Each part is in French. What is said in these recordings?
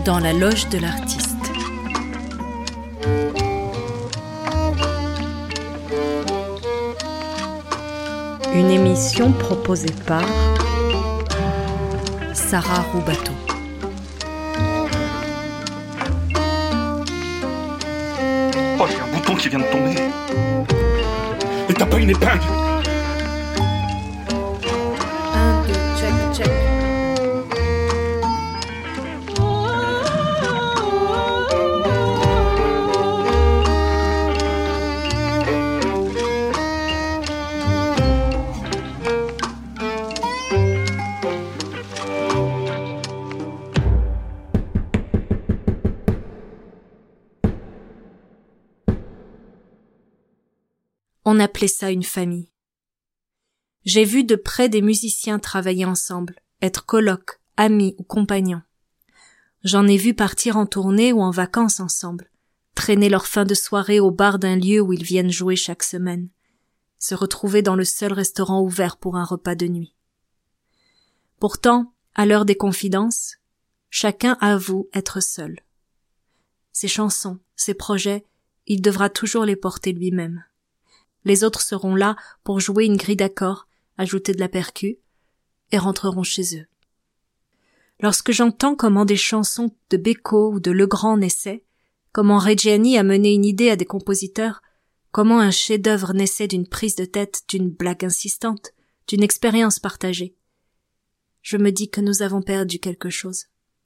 dans la loge de l'artiste. Une émission proposée par Sarah Roubateau. Oh, j'ai un bouton qui vient de tomber. Et t'as pas une épingle? 1, 2, check. On appelait ça une famille. J'ai vu de près des musiciens travailler ensemble, être colocs, amis ou compagnons. J'en ai vu partir en tournée ou en vacances ensemble, traîner leur fin de soirée au bar d'un lieu où ils viennent jouer chaque semaine, se retrouver dans le seul restaurant ouvert pour un repas de nuit. Pourtant, à l'heure des confidences, chacun avoue être seul. Ses chansons, ses projets, il devra toujours les porter lui-même. Les autres seront là pour jouer une grille d'accords, ajouter de la percu, et rentreront chez eux. Lorsque j'entends comment des chansons de Beko ou de Legrand naissaient, comment Reggiani a mené une idée à des compositeurs, comment un chef-d'œuvre naissait d'une prise de tête, d'une blague insistante, d'une expérience partagée, je me dis que nous avons perdu quelque chose.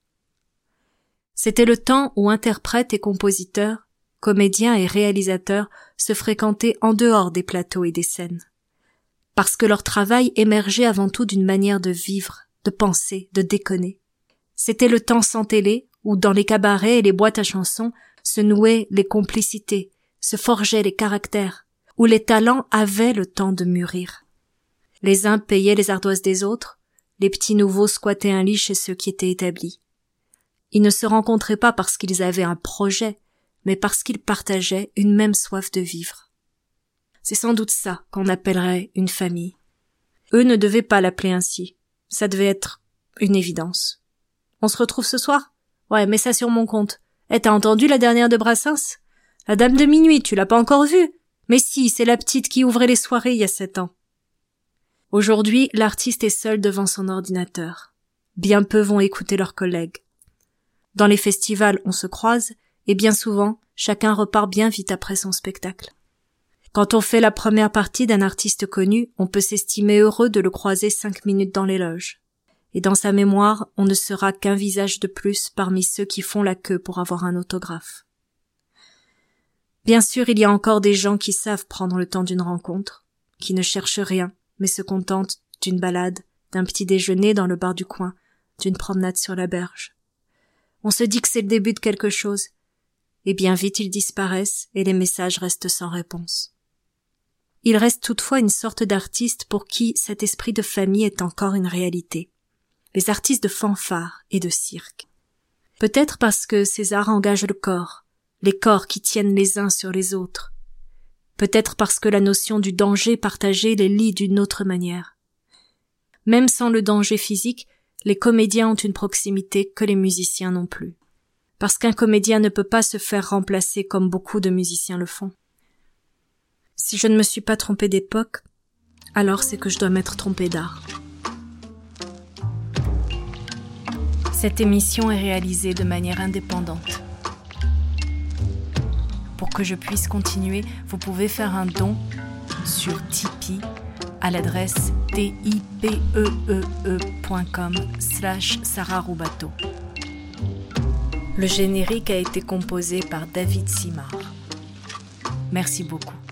C'était le temps où interprètes et compositeurs, comédiens et réalisateurs se fréquentaient en dehors des plateaux et des scènes. Parce que leur travail émergeait avant tout d'une manière de vivre, de penser, de déconner. C'était le temps sans télé, où dans les cabarets et les boîtes à chansons se nouaient les complicités, se forgeaient les caractères, où les talents avaient le temps de mûrir. Les uns payaient les ardoises des autres, les petits nouveaux squattaient un lit chez ceux qui étaient établis. Ils ne se rencontraient pas parce qu'ils avaient un projet, mais parce qu'ils partageaient une même soif de vivre. C'est sans doute ça qu'on appellerait une famille. Eux ne devaient pas l'appeler ainsi. Ça devait être une évidence. On se retrouve ce soir? Ouais, mets ça sur mon compte. T'as entendu la dernière de Brassens? La dame de minuit, tu l'as pas encore vue? Mais si, c'est la petite qui ouvrait les soirées il y a 7 ans. Aujourd'hui, l'artiste est seul devant son ordinateur. Bien peu vont écouter leurs collègues. Dans les festivals, on se croise, et bien souvent, chacun repart bien vite après son spectacle. Quand on fait la première partie d'un artiste connu, on peut s'estimer heureux de le croiser 5 minutes dans les loges. Et dans sa mémoire, on ne sera qu'un visage de plus parmi ceux qui font la queue pour avoir un autographe. Bien sûr, il y a encore des gens qui savent prendre le temps d'une rencontre, qui ne cherchent rien, mais se contentent d'une balade, d'un petit déjeuner dans le bar du coin, d'une promenade sur la berge. On se dit que c'est le début de quelque chose, et bien vite ils disparaissent et les messages restent sans réponse. Il reste toutefois une sorte d'artiste pour qui cet esprit de famille est encore une réalité. Les artistes de fanfare et de cirque. Peut-être parce que ces arts engagent le corps, les corps qui tiennent les uns sur les autres. Peut-être parce que la notion du danger partagé les lie d'une autre manière. Même sans le danger physique, les comédiens ont une proximité que les musiciens n'ont plus. Parce qu'un comédien ne peut pas se faire remplacer comme beaucoup de musiciens le font. Si je ne me suis pas trompée d'époque, alors c'est que je dois m'être trompée d'art. Cette émission est réalisée de manière indépendante. Pour que je puisse continuer, vous pouvez faire un don sur Tipeee à l'adresse tipeee.com/Sarah Roubateau. Le générique a été composé par David Simard. Merci beaucoup.